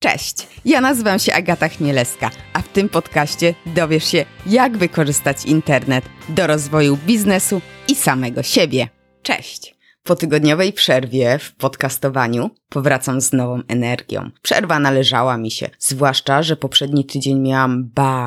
Cześć, ja nazywam się Agata Chmielewska, a w tym podcaście dowiesz się, jak wykorzystać internet do rozwoju biznesu i samego siebie. Cześć! Po tygodniowej przerwie w podcastowaniu powracam z nową energią. Przerwa należała mi się, zwłaszcza, że poprzedni tydzień miałam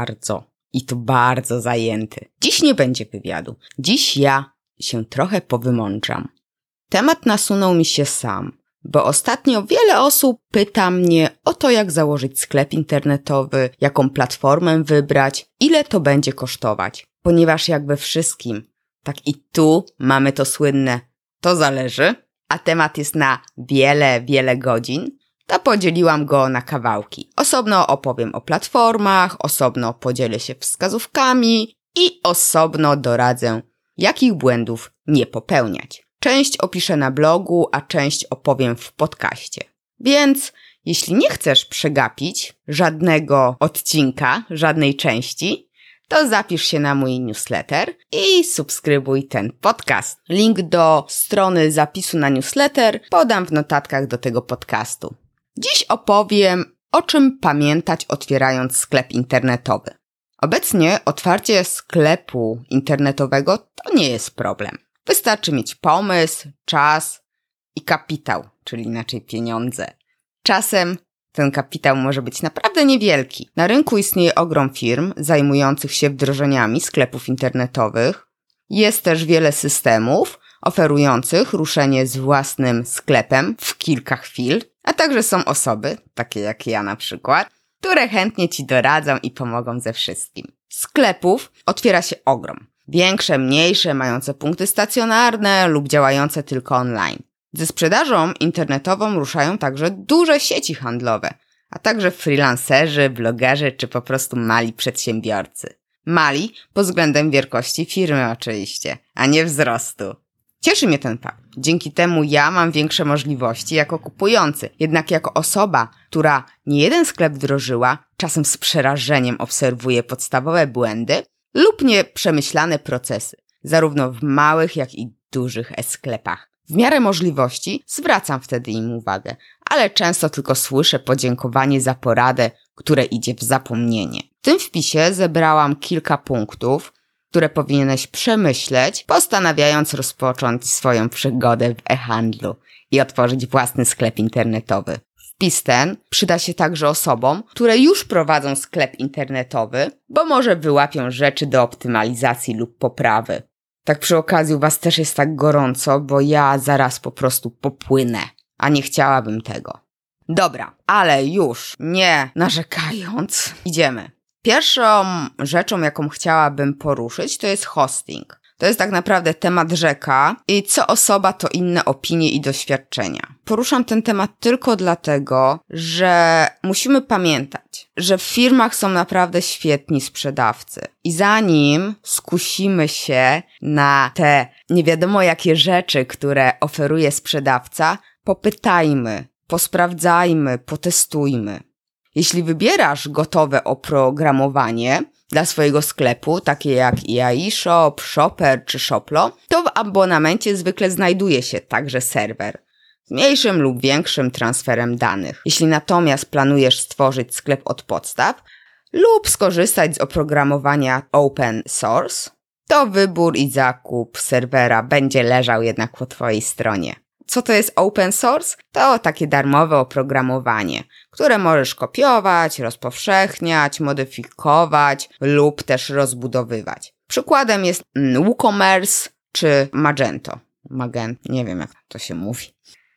bardzo zajęty. Dziś nie będzie wywiadu. Dziś ja się trochę powymądrzam. Temat nasunął mi się sam, bo ostatnio wiele osób pyta mnie o to, jak założyć sklep internetowy, jaką platformę wybrać, ile to będzie kosztować. Ponieważ jak we wszystkim, tak i tu mamy to słynne to zależy, a temat jest na wiele godzin, to podzieliłam go na kawałki. Osobno opowiem o platformach, osobno podzielę się wskazówkami i osobno doradzę, jakich błędów nie popełniać. Część opiszę na blogu, a część opowiem w podcaście. Więc jeśli nie chcesz przegapić żadnego odcinka, żadnej części, to zapisz się na mój newsletter i subskrybuj ten podcast. Link do strony zapisu na newsletter podam w notatkach do tego podcastu. Dziś opowiem, o czym pamiętać otwierając sklep internetowy. Obecnie otwarcie sklepu internetowego to nie jest problem. Wystarczy mieć pomysł, czas i kapitał, czyli inaczej pieniądze. Czasem ten kapitał może być naprawdę niewielki. Na rynku istnieje ogrom firm zajmujących się wdrożeniami sklepów internetowych. Jest też wiele systemów oferujących ruszenie z własnym sklepem w kilka chwil, a także są osoby, takie jak ja na przykład, które chętnie Ci doradzą i pomogą ze wszystkim. Sklepów otwiera się ogrom. Większe, mniejsze, mające punkty stacjonarne lub działające tylko online. Ze sprzedażą internetową ruszają także duże sieci handlowe, a także freelancerzy, blogerzy czy po prostu mali przedsiębiorcy. Mali pod względem wielkości firmy oczywiście, a nie wzrostu. Cieszy mnie ten fakt. Dzięki temu ja mam większe możliwości jako kupujący. Jednak jako osoba, która nie jeden sklep wdrożyła, czasem z przerażeniem obserwuję podstawowe błędy lub nieprzemyślane procesy, zarówno w małych, jak i dużych e-sklepach. W miarę możliwości zwracam wtedy im uwagę, ale często tylko słyszę podziękowanie za poradę, które idzie w zapomnienie. W tym wpisie zebrałam kilka punktów, które powinieneś przemyśleć, postanawiając rozpocząć swoją przygodę w e-handlu i otworzyć własny sklep internetowy. Wpis ten przyda się także osobom, które już prowadzą sklep internetowy, bo może wyłapią rzeczy do optymalizacji lub poprawy. Tak przy okazji u Was też jest tak gorąco, bo ja zaraz po prostu popłynę, a nie chciałabym tego. Dobra, ale już nie narzekając, idziemy. Pierwszą rzeczą, jaką chciałabym poruszyć, to jest hosting. To jest tak naprawdę temat rzeka i co osoba, to inne opinie i doświadczenia. Poruszam ten temat tylko dlatego, że musimy pamiętać, że w firmach są naprawdę świetni sprzedawcy. I zanim skusimy się na te nie wiadomo jakie rzeczy, które oferuje sprzedawca, popytajmy, posprawdzajmy, potestujmy. Jeśli wybierasz gotowe oprogramowanie dla swojego sklepu, takie jak iShop, Shopper czy Shoplo, to w abonamencie zwykle znajduje się także serwer z mniejszym lub większym transferem danych. Jeśli natomiast planujesz stworzyć sklep od podstaw lub skorzystać z oprogramowania open source, to wybór i zakup serwera będzie leżał jednak po Twojej stronie. Co to jest open source? To takie darmowe oprogramowanie, które możesz kopiować, rozpowszechniać, modyfikować lub też rozbudowywać. Przykładem jest WooCommerce czy Magento. Nie wiem jak to się mówi.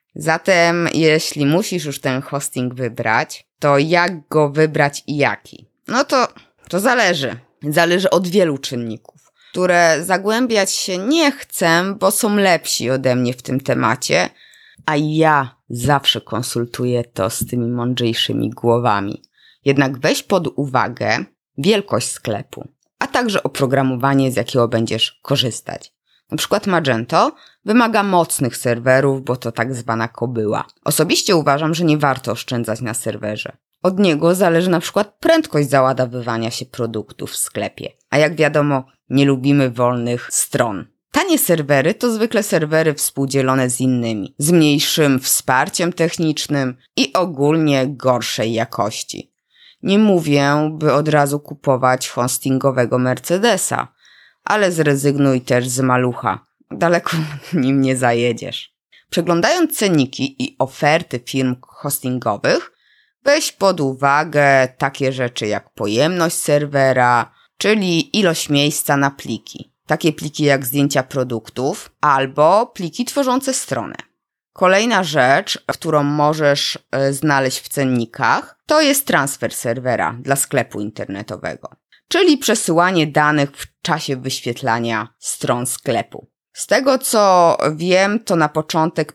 Zatem jeśli musisz już ten hosting wybrać, to jak go wybrać i jaki? No to zależy. Zależy od wielu czynników, które zagłębiać się nie chcę, bo są lepsi ode mnie w tym temacie, a ja zawsze konsultuję to z tymi mądrzejszymi głowami. Jednak weź pod uwagę wielkość sklepu, a także oprogramowanie, z jakiego będziesz korzystać. Na przykład Magento wymaga mocnych serwerów, bo to tak zwana kobyła. Osobiście uważam, że nie warto oszczędzać na serwerze. Od niego zależy na przykład prędkość załadowywania się produktów w sklepie. A jak wiadomo, nie lubimy wolnych stron. Tanie serwery to zwykle serwery współdzielone z innymi, z mniejszym wsparciem technicznym i ogólnie gorszej jakości. Nie mówię, by od razu kupować hostingowego Mercedesa, ale zrezygnuj też z malucha. Daleko nim nie zajedziesz. Przeglądając cenniki i oferty firm hostingowych, weź pod uwagę takie rzeczy jak pojemność serwera, czyli ilość miejsca na pliki. Takie pliki jak zdjęcia produktów albo pliki tworzące stronę. Kolejna rzecz, którą możesz znaleźć w cennikach, to jest transfer serwera dla sklepu internetowego, czyli przesyłanie danych w czasie wyświetlania stron sklepu. Z tego co wiem, to na początek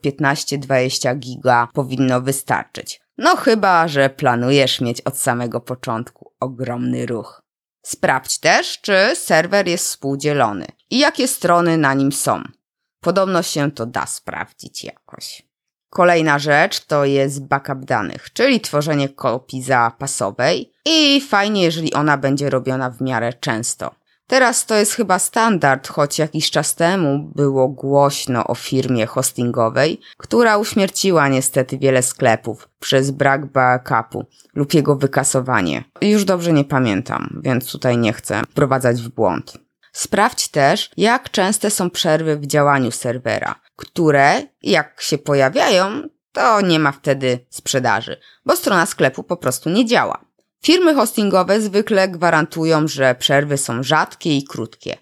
15-20 giga powinno wystarczyć. No chyba, że planujesz mieć od samego początku ogromny ruch. Sprawdź też, czy serwer jest współdzielony i jakie strony na nim są. Podobno się to da sprawdzić jakoś. Kolejna rzecz to jest backup danych, czyli tworzenie kopii zapasowej i fajnie, jeżeli ona będzie robiona w miarę często. Teraz to jest chyba standard, choć jakiś czas temu było głośno o firmie hostingowej, która uśmierciła niestety wiele sklepów przez brak backupu lub jego wykasowanie. Już dobrze nie pamiętam, więc tutaj nie chcę wprowadzać w błąd. Sprawdź też, jak częste są przerwy w działaniu serwera, które, jak się pojawiają, to nie ma wtedy sprzedaży, bo strona sklepu po prostu nie działa. Firmy hostingowe zwykle gwarantują, że przerwy są rzadkie i krótkie.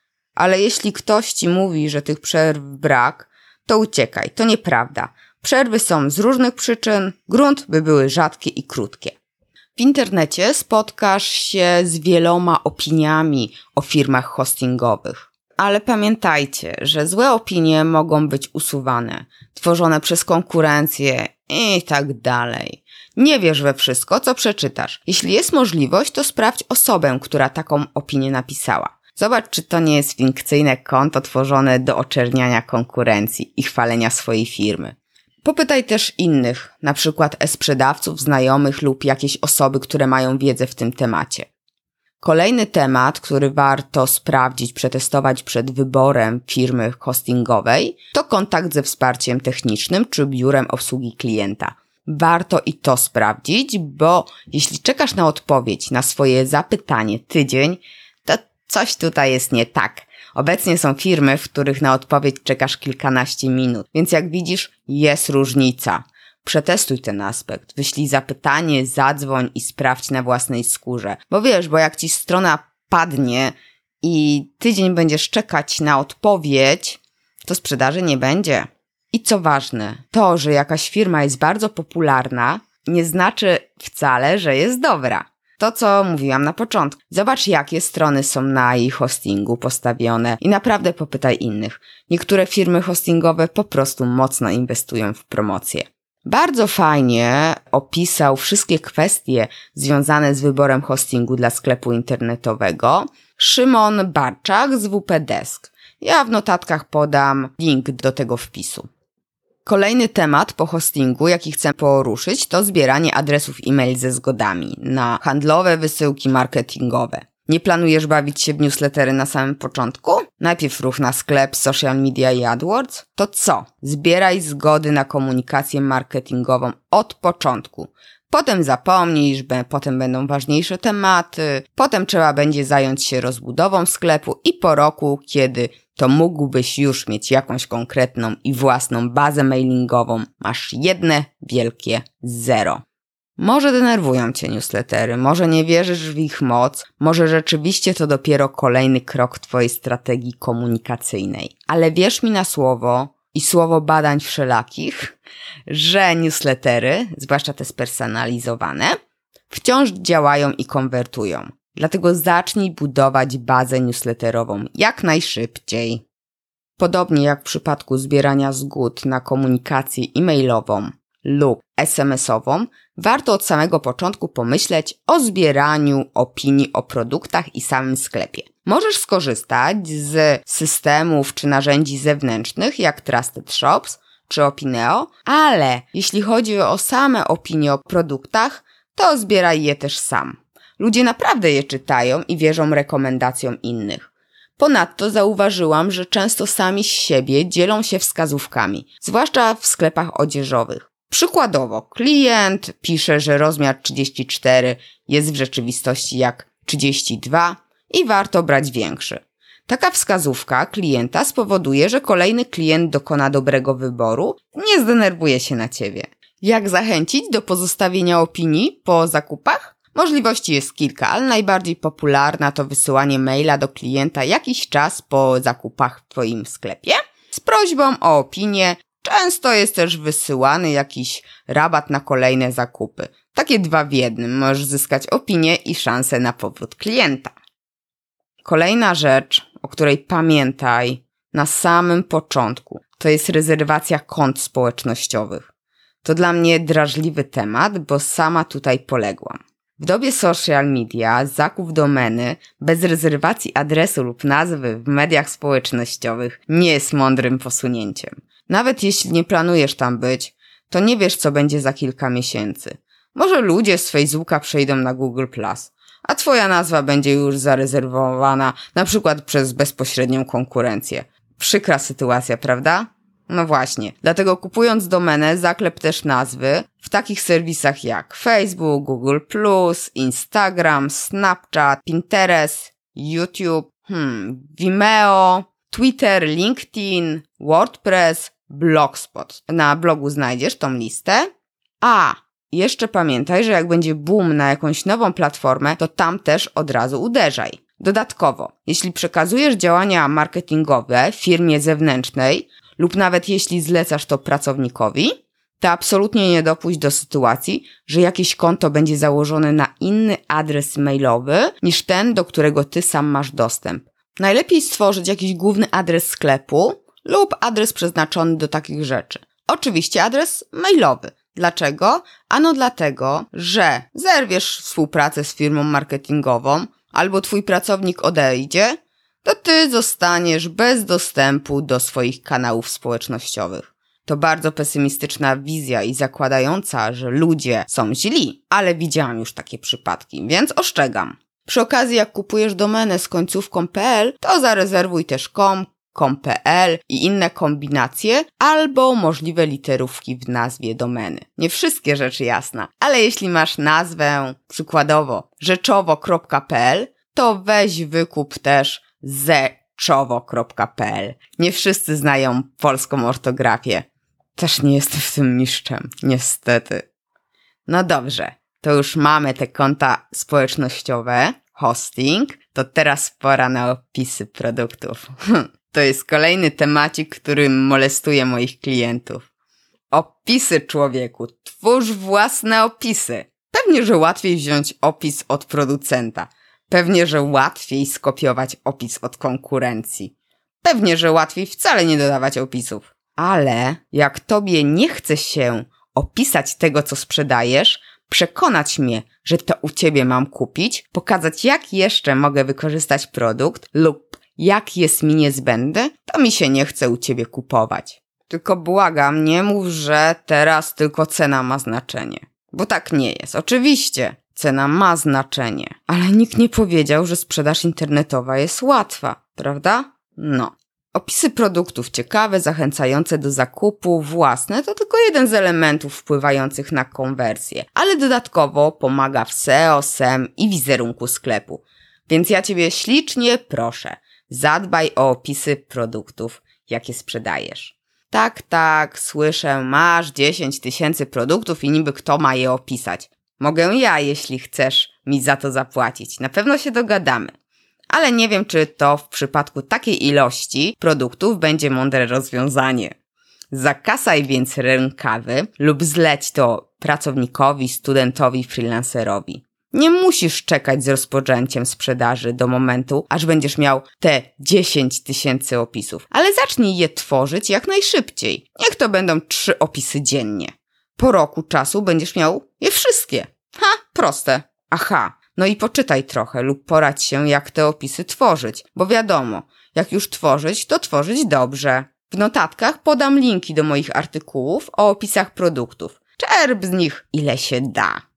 Ale jeśli ktoś ci mówi, że tych przerw brak, to uciekaj, to nieprawda. Przerwy są z różnych przyczyn, grunt by były rzadkie i krótkie. W internecie spotkasz się z wieloma opiniami o firmach hostingowych. Ale pamiętajcie, że złe opinie mogą być usuwane, tworzone przez konkurencję i tak dalej. Nie wierz we wszystko, co przeczytasz. Jeśli jest możliwość, to sprawdź osobę, która taką opinię napisała. Zobacz, czy to nie jest fikcyjne konto tworzone do oczerniania konkurencji i chwalenia swojej firmy. Popytaj też innych, na przykład e-sprzedawców, znajomych lub jakieś osoby, które mają wiedzę w tym temacie. Kolejny temat, który warto sprawdzić, przetestować przed wyborem firmy hostingowej, to kontakt ze wsparciem technicznym czy biurem obsługi klienta. Warto i to sprawdzić, bo jeśli czekasz na odpowiedź na swoje zapytanie tydzień, to coś tutaj jest nie tak. Obecnie są firmy, w których na odpowiedź czekasz kilkanaście minut, więc jak widzisz, jest różnica. Przetestuj ten aspekt, wyślij zapytanie, zadzwoń i sprawdź na własnej skórze. Bo wiesz, bo jak ci strona padnie i tydzień będziesz czekać na odpowiedź, to sprzedaży nie będzie. I co ważne, to, że jakaś firma jest bardzo popularna, nie znaczy wcale, że jest dobra. To, co mówiłam na początku. Zobacz, jakie strony są na jej hostingu postawione i naprawdę popytaj innych. Niektóre firmy hostingowe po prostu mocno inwestują w promocję. Bardzo fajnie opisał wszystkie kwestie związane z wyborem hostingu dla sklepu internetowego Szymon Barczak z WP Desk. Ja w notatkach podam link do tego wpisu. Kolejny temat po hostingu, jaki chcę poruszyć, to zbieranie adresów e-mail ze zgodami na handlowe wysyłki marketingowe. Nie planujesz bawić się w newslettery na samym początku? Najpierw ruch na sklep, social media i AdWords? To co? Zbieraj zgody na komunikację marketingową od początku. Potem zapomnisz, potem będą ważniejsze tematy, potem trzeba będzie zająć się rozbudową sklepu i po roku, kiedy to mógłbyś już mieć jakąś konkretną i własną bazę mailingową, masz jedne wielkie zero. Może denerwują cię newslettery, może nie wierzysz w ich moc, może rzeczywiście to dopiero kolejny krok w twojej strategii komunikacyjnej. Ale wierz mi na słowo i słowo badań wszelakich, że newslettery, zwłaszcza te spersonalizowane, wciąż działają i konwertują. Dlatego zacznij budować bazę newsletterową jak najszybciej. Podobnie jak w przypadku zbierania zgód na komunikację e-mailową lub SMS-ową, warto od samego początku pomyśleć o zbieraniu opinii o produktach i samym sklepie. Możesz skorzystać z systemów czy narzędzi zewnętrznych jak Trusted Shops czy Opineo, ale jeśli chodzi o same opinie o produktach, to zbieraj je też sam. Ludzie naprawdę je czytają i wierzą rekomendacjom innych. Ponadto zauważyłam, że często sami z siebie dzielą się wskazówkami, zwłaszcza w sklepach odzieżowych. Przykładowo, klient pisze, że rozmiar 34 jest w rzeczywistości jak 32 i warto brać większy. Taka wskazówka klienta spowoduje, że kolejny klient dokona dobrego wyboru i nie zdenerwuje się na ciebie. Jak zachęcić do pozostawienia opinii po zakupach? Możliwości jest kilka, ale najbardziej popularna to wysyłanie maila do klienta jakiś czas po zakupach w twoim sklepie z prośbą o opinię. Często jest też wysyłany jakiś rabat na kolejne zakupy. Takie 2 w 1. Możesz zyskać opinię i szansę na powrót klienta. Kolejna rzecz, o której pamiętaj na samym początku, to jest rezerwacja kont społecznościowych. To dla mnie drażliwy temat, bo sama tutaj poległam. W dobie social media zakup domeny bez rezerwacji adresu lub nazwy w mediach społecznościowych nie jest mądrym posunięciem. Nawet jeśli nie planujesz tam być, to nie wiesz, co będzie za kilka miesięcy. Może ludzie z Facebooka przejdą na Google+, a twoja nazwa będzie już zarezerwowana na przykład przez bezpośrednią konkurencję. Przykra sytuacja, prawda? No właśnie, dlatego kupując domenę zaklep też nazwy w takich serwisach jak Facebook, Google+, Instagram, Snapchat, Pinterest, YouTube, Vimeo, Twitter, LinkedIn, WordPress, Blogspot. Na blogu znajdziesz tą listę. A jeszcze pamiętaj, że jak będzie boom na jakąś nową platformę, to tam też od razu uderzaj. Dodatkowo, jeśli przekazujesz działania marketingowe firmie zewnętrznej lub nawet jeśli zlecasz to pracownikowi, to absolutnie nie dopuść do sytuacji, że jakieś konto będzie założone na inny adres mailowy niż ten, do którego ty sam masz dostęp. Najlepiej stworzyć jakiś główny adres sklepu lub adres przeznaczony do takich rzeczy. Oczywiście adres mailowy. Dlaczego? Ano dlatego, że zerwiesz współpracę z firmą marketingową albo twój pracownik odejdzie, to ty zostaniesz bez dostępu do swoich kanałów społecznościowych. To bardzo pesymistyczna wizja i zakładająca, że ludzie są źli, ale widziałam już takie przypadki, więc ostrzegam. Przy okazji, jak kupujesz domenę z końcówką .pl, to zarezerwuj też .com.pl i inne kombinacje albo możliwe literówki w nazwie domeny. Nie wszystkie rzeczy jasna, ale jeśli masz nazwę przykładowo rzeczowo.pl, to weź wykup też zeczowo.pl. Nie wszyscy znają polską ortografię. Też nie jestem w tym mistrzem, niestety. No dobrze, to już mamy te konta społecznościowe, hosting, to teraz pora na opisy produktów. To jest kolejny temacik, który molestuje moich klientów. Opisy, człowieku, twórz własne opisy. Pewnie, że łatwiej wziąć opis od producenta. Pewnie, że łatwiej skopiować opis od konkurencji. Pewnie, że łatwiej wcale nie dodawać opisów. Ale jak tobie nie chce się opisać tego, co sprzedajesz, przekonać mnie, że to u ciebie mam kupić, pokazać, jak jeszcze mogę wykorzystać produkt lub jak jest mi niezbędny, to mi się nie chce u ciebie kupować. Tylko błagam, nie mów, że teraz tylko cena ma znaczenie. Bo tak nie jest. Oczywiście, cena ma znaczenie, ale nikt nie powiedział, że sprzedaż internetowa jest łatwa, prawda? No. Opisy produktów ciekawe, zachęcające do zakupu, własne to tylko jeden z elementów wpływających na konwersję, ale dodatkowo pomaga w SEO, SEM i wizerunku sklepu. Więc ja ciebie ślicznie proszę, zadbaj o opisy produktów, jakie sprzedajesz. Tak, słyszę, masz 10 000 produktów i niby kto ma je opisać. Mogę ja, jeśli chcesz mi za to zapłacić. Na pewno się dogadamy. Ale nie wiem, czy to w przypadku takiej ilości produktów będzie mądre rozwiązanie. Zakasaj więc rękawy lub zleć to pracownikowi, studentowi, freelancerowi. Nie musisz czekać z rozpoczęciem sprzedaży do momentu, aż będziesz miał te 10 000 opisów, ale zacznij je tworzyć jak najszybciej. Niech to będą 3 opisy dziennie. Po roku czasu będziesz miał je wszystkie. Proste. Aha. No i poczytaj trochę lub poradź się, jak te opisy tworzyć, bo wiadomo, jak już tworzyć, to tworzyć dobrze. W notatkach podam linki do moich artykułów o opisach produktów. Czerp z nich ile się da.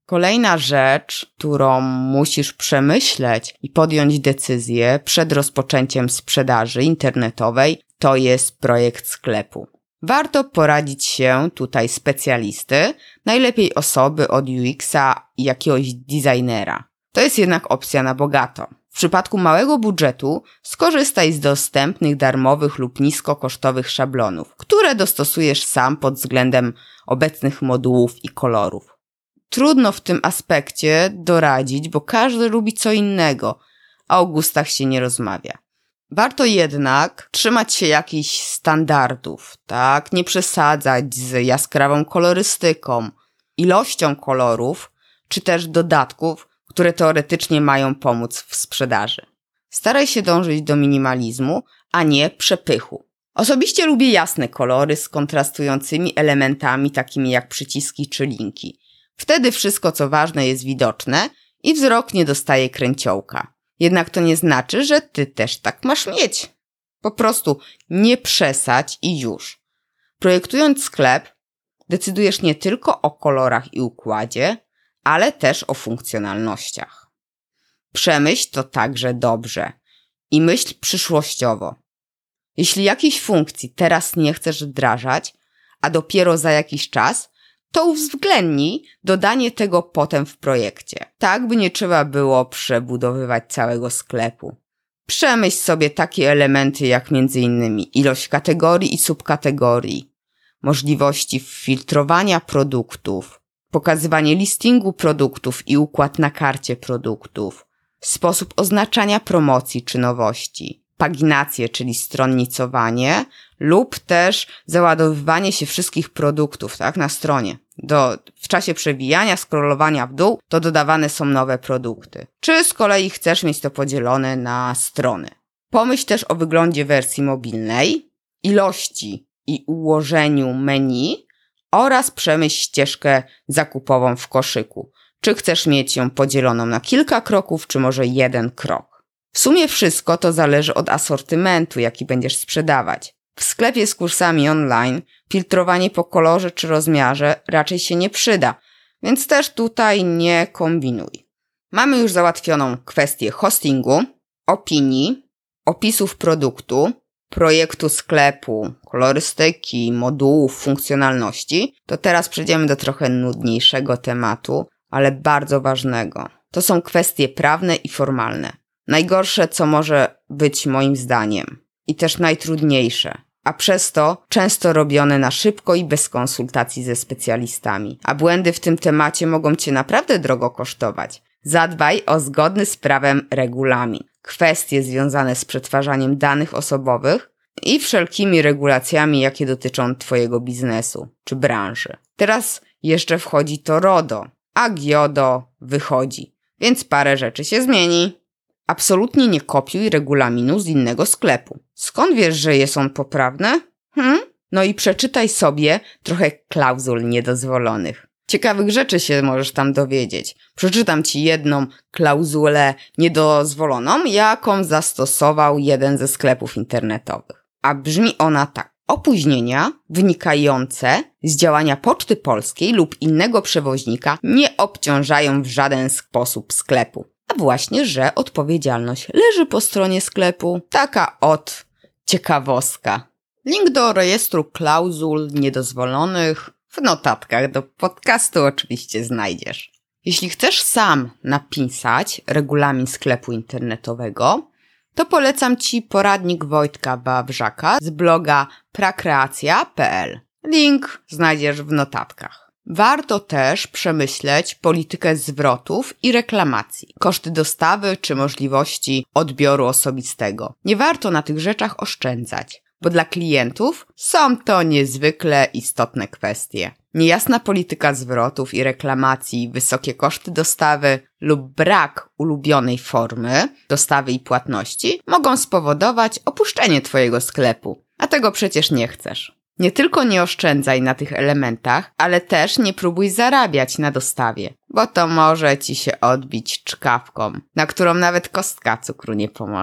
Kolejna rzecz, którą musisz przemyśleć i podjąć decyzję przed rozpoczęciem sprzedaży internetowej, to jest projekt sklepu. Warto poradzić się tutaj specjalisty, najlepiej osoby od UX-a i jakiegoś designera. To jest jednak opcja na bogato. W przypadku małego budżetu skorzystaj z dostępnych darmowych lub niskokosztowych szablonów, które dostosujesz sam pod względem obecnych modułów i kolorów. Trudno w tym aspekcie doradzić, bo każdy lubi co innego, a o gustach się nie rozmawia. Warto jednak trzymać się jakichś standardów, tak? Nie przesadzać z jaskrawą kolorystyką, ilością kolorów, czy też dodatków, które teoretycznie mają pomóc w sprzedaży. Staraj się dążyć do minimalizmu, a nie przepychu. Osobiście lubię jasne kolory z kontrastującymi elementami takimi jak przyciski czy linki. Wtedy wszystko co ważne jest widoczne i wzrok nie dostaje kręciołka. Jednak to nie znaczy, że ty też tak masz mieć. Po prostu nie przesadź i już. Projektując sklep, decydujesz nie tylko o kolorach i układzie, ale też o funkcjonalnościach. Przemyśl to także dobrze i myśl przyszłościowo. Jeśli jakiejś funkcji teraz nie chcesz wdrażać, a dopiero za jakiś czas, to uwzględnij dodanie tego potem w projekcie, tak by nie trzeba było przebudowywać całego sklepu. Przemyśl sobie takie elementy jak m.in. ilość kategorii i subkategorii, możliwości filtrowania produktów, pokazywanie listingu produktów i układ na karcie produktów, sposób oznaczania promocji czy nowości, paginację, czyli stronnicowanie lub też załadowywanie się wszystkich produktów, tak, na stronie. W czasie przewijania, scrollowania w dół, to dodawane są nowe produkty. Czy z kolei chcesz mieć to podzielone na strony. Pomyśl też o wyglądzie wersji mobilnej, ilości i ułożeniu menu oraz przemyśl ścieżkę zakupową w koszyku. Czy chcesz mieć ją podzieloną na kilka kroków, czy może jeden krok. W sumie wszystko to zależy od asortymentu, jaki będziesz sprzedawać. W sklepie z kursami online filtrowanie po kolorze czy rozmiarze raczej się nie przyda, więc też tutaj nie kombinuj. Mamy już załatwioną kwestię hostingu, opinii, opisów produktu, projektu sklepu, kolorystyki, modułów, funkcjonalności. To teraz przejdziemy do trochę nudniejszego tematu, ale bardzo ważnego. To są kwestie prawne i formalne. Najgorsze, co może być moim zdaniem. I też najtrudniejsze, a przez to często robione na szybko i bez konsultacji ze specjalistami. A błędy w tym temacie mogą cię naprawdę drogo kosztować. Zadbaj o zgodny z prawem regulamin. Kwestie związane z przetwarzaniem danych osobowych i wszelkimi regulacjami, jakie dotyczą twojego biznesu czy branży. Teraz jeszcze wchodzi to RODO, a GIODO wychodzi, więc parę rzeczy się zmieni. Absolutnie nie kopiuj regulaminu z innego sklepu. Skąd wiesz, że jest on poprawny? No i przeczytaj sobie trochę klauzul niedozwolonych. Ciekawych rzeczy się możesz tam dowiedzieć. Przeczytam ci jedną klauzulę niedozwoloną, jaką zastosował jeden ze sklepów internetowych. A brzmi ona tak. Opóźnienia wynikające z działania Poczty Polskiej lub innego przewoźnika nie obciążają w żaden sposób sklepu. A właśnie, że odpowiedzialność leży po stronie sklepu. Taka ciekawostka. Link do rejestru klauzul niedozwolonych w notatkach do podcastu oczywiście znajdziesz. Jeśli chcesz sam napisać regulamin sklepu internetowego, to polecam ci poradnik Wojtka Wawrzaka z bloga prakreacja.pl. Link znajdziesz w notatkach. Warto też przemyśleć politykę zwrotów i reklamacji, koszty dostawy czy możliwości odbioru osobistego. Nie warto na tych rzeczach oszczędzać, bo dla klientów są to niezwykle istotne kwestie. Niejasna polityka zwrotów i reklamacji, wysokie koszty dostawy lub brak ulubionej formy dostawy i płatności mogą spowodować opuszczenie twojego sklepu, a tego przecież nie chcesz. Nie tylko nie oszczędzaj na tych elementach, ale też nie próbuj zarabiać na dostawie, bo to może ci się odbić czkawką, na którą nawet kostka cukru nie pomoże.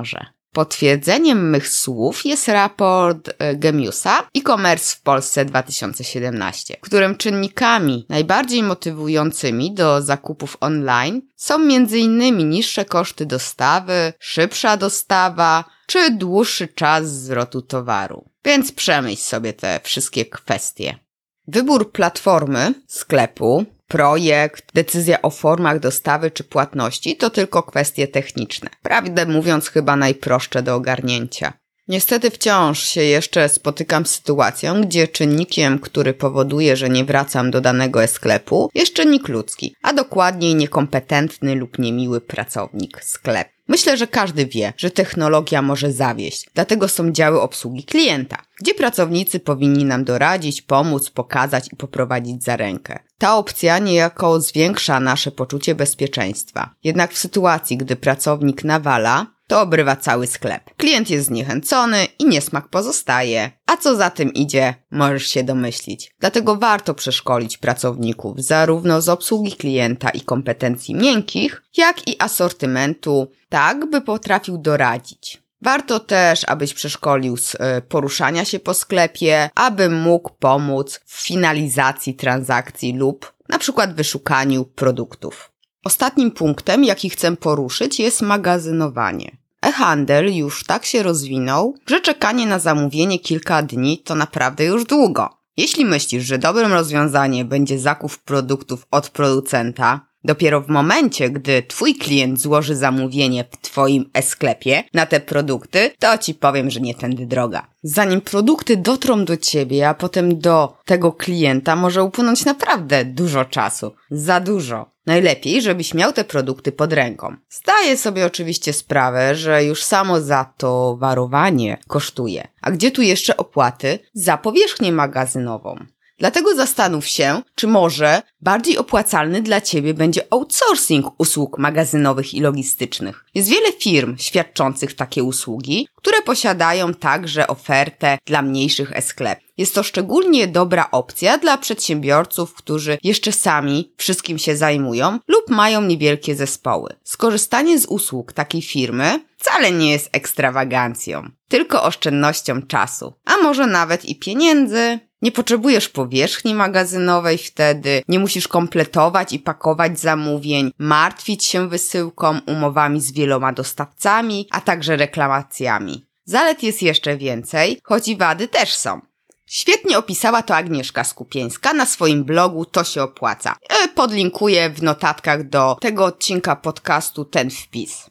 Potwierdzeniem mych słów jest raport Gemiusa e-commerce w Polsce 2017, w którym czynnikami najbardziej motywującymi do zakupów online są m.in. niższe koszty dostawy, szybsza dostawa czy dłuższy czas zwrotu towaru. Więc przemyśl sobie te wszystkie kwestie. Wybór platformy, sklepu, projekt, decyzja o formach dostawy czy płatności to tylko kwestie techniczne. Prawdę mówiąc chyba najprostsze do ogarnięcia. Niestety wciąż się jeszcze spotykam z sytuacją, gdzie czynnikiem, który powoduje, że nie wracam do danego sklepu, jest czynnik ludzki, a dokładniej niekompetentny lub niemiły pracownik sklepu. Myślę, że każdy wie, że technologia może zawieść, dlatego są działy obsługi klienta, gdzie pracownicy powinni nam doradzić, pomóc, pokazać i poprowadzić za rękę. Ta opcja niejako zwiększa nasze poczucie bezpieczeństwa. Jednak w sytuacji, gdy pracownik nawala, to obrywa cały sklep. Klient jest zniechęcony i niesmak pozostaje. A co za tym idzie, możesz się domyślić. Dlatego warto przeszkolić pracowników zarówno z obsługi klienta i kompetencji miękkich, jak i asortymentu, tak by potrafił doradzić. Warto też, abyś przeszkolił z poruszania się po sklepie, aby mógł pomóc w finalizacji transakcji lub na przykład wyszukaniu produktów. Ostatnim punktem, jaki chcę poruszyć, jest magazynowanie. E-handel już tak się rozwinął, że czekanie na zamówienie kilka dni to naprawdę już długo. Jeśli myślisz, że dobrym rozwiązaniem będzie zakup produktów od producenta, dopiero w momencie, gdy twój klient złoży zamówienie w twoim e-sklepie na te produkty, to ci powiem, że nie tędy droga. Zanim produkty dotrą do ciebie, a potem do tego klienta, może upłynąć naprawdę dużo czasu. Za dużo. Najlepiej, żebyś miał te produkty pod ręką. Zdaję sobie oczywiście sprawę, że już samo zatowarowanie kosztuje. A gdzie tu jeszcze opłaty za powierzchnię magazynową? Dlatego zastanów się, czy może bardziej opłacalny dla Ciebie będzie outsourcing usług magazynowych i logistycznych. Jest wiele firm świadczących takie usługi, które posiadają także ofertę dla mniejszych e-sklepów. Jest to szczególnie dobra opcja dla przedsiębiorców, którzy jeszcze sami wszystkim się zajmują lub mają niewielkie zespoły. Skorzystanie z usług takiej firmy wcale nie jest ekstrawagancją, tylko oszczędnością czasu, a może nawet i pieniędzy. Nie potrzebujesz powierzchni magazynowej wtedy, nie musisz kompletować i pakować zamówień, martwić się wysyłką, umowami z wieloma dostawcami, a także reklamacjami. Zalet jest jeszcze więcej, choć i wady też są. Świetnie opisała to Agnieszka Skupieńska na swoim blogu To się opłaca. Podlinkuję w notatkach do tego odcinka podcastu ten wpis.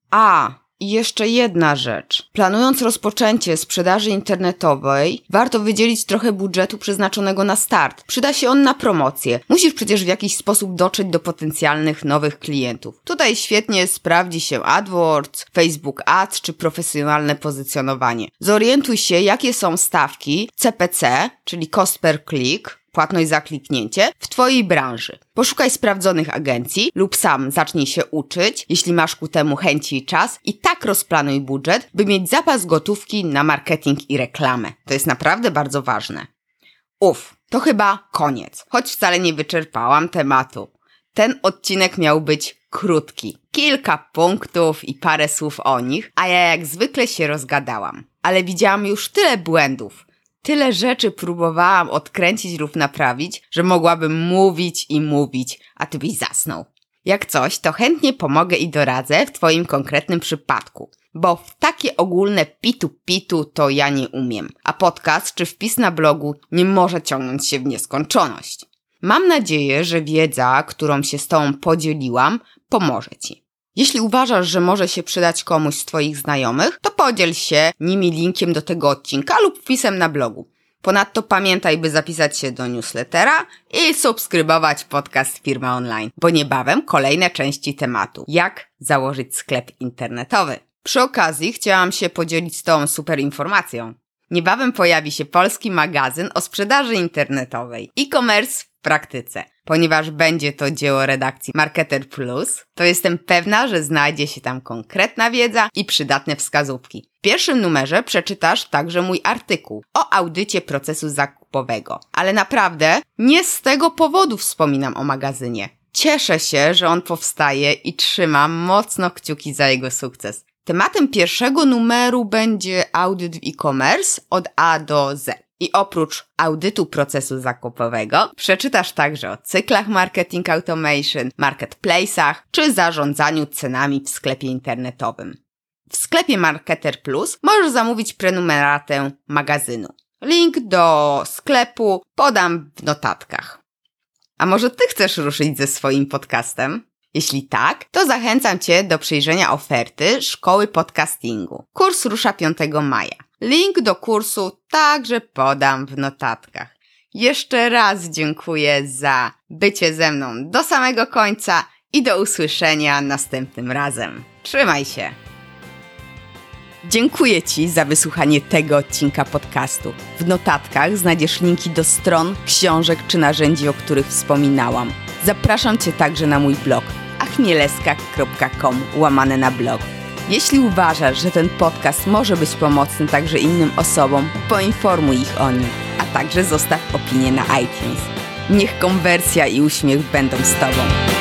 I jeszcze jedna rzecz. Planując rozpoczęcie sprzedaży internetowej, warto wydzielić trochę budżetu przeznaczonego na start. Przyda się on na promocję. Musisz przecież w jakiś sposób dotrzeć do potencjalnych nowych klientów. Tutaj świetnie sprawdzi się AdWords, Facebook Ads czy profesjonalne pozycjonowanie. Zorientuj się, jakie są stawki CPC, czyli cost per click, płatność za kliknięcie, w Twojej branży. Poszukaj sprawdzonych agencji lub sam zacznij się uczyć, jeśli masz ku temu chęci i czas, i tak rozplanuj budżet, by mieć zapas gotówki na marketing i reklamę. To jest naprawdę bardzo ważne. To chyba koniec, choć wcale nie wyczerpałam tematu. Ten odcinek miał być krótki. Kilka punktów i parę słów o nich, a ja jak zwykle się rozgadałam. Ale widziałam już tyle błędów. Tyle rzeczy próbowałam odkręcić lub naprawić, że mogłabym mówić i mówić, a ty byś zasnął. Jak coś, to chętnie pomogę i doradzę w twoim konkretnym przypadku, bo w takie ogólne pitu to ja nie umiem, a podcast czy wpis na blogu nie może ciągnąć się w nieskończoność. Mam nadzieję, że wiedza, którą się z tobą podzieliłam, pomoże ci. Jeśli uważasz, że może się przydać komuś z twoich znajomych, to podziel się nimi linkiem do tego odcinka lub wpisem na blogu. Ponadto pamiętaj, by zapisać się do newslettera i subskrybować podcast Firma Online, bo niebawem kolejne części tematu. Jak założyć sklep internetowy. Przy okazji chciałam się podzielić z tobą super informacją. Niebawem pojawi się polski magazyn o sprzedaży internetowej, e-commerce w praktyce. Ponieważ będzie to dzieło redakcji Marketer Plus, to jestem pewna, że znajdzie się tam konkretna wiedza i przydatne wskazówki. W pierwszym numerze przeczytasz także mój artykuł o audycie procesu zakupowego. Ale naprawdę nie z tego powodu wspominam o magazynie. Cieszę się, że on powstaje i trzymam mocno kciuki za jego sukces. Tematem pierwszego numeru będzie audyt w e-commerce od A do Z. I oprócz audytu procesu zakupowego przeczytasz także o cyklach marketing automation, marketplace'ach czy zarządzaniu cenami w sklepie internetowym. W sklepie Marketer Plus możesz zamówić prenumeratę magazynu. Link do sklepu podam w notatkach. A może Ty chcesz ruszyć ze swoim podcastem? Jeśli tak, to zachęcam Cię do przyjrzenia oferty Szkoły Podcastingu. Kurs rusza 5 maja. Link do kursu także podam w notatkach. Jeszcze raz dziękuję za bycie ze mną do samego końca i do usłyszenia następnym razem. Trzymaj się! Dziękuję Ci za wysłuchanie tego odcinka podcastu. W notatkach znajdziesz linki do stron, książek czy narzędzi, o których wspominałam. Zapraszam Cię także na mój blog achmieleska.com/blog. Jeśli uważasz, że ten podcast może być pomocny także innym osobom, poinformuj ich o nim, a także zostaw opinię na iTunes. Niech konwersja i uśmiech będą z Tobą.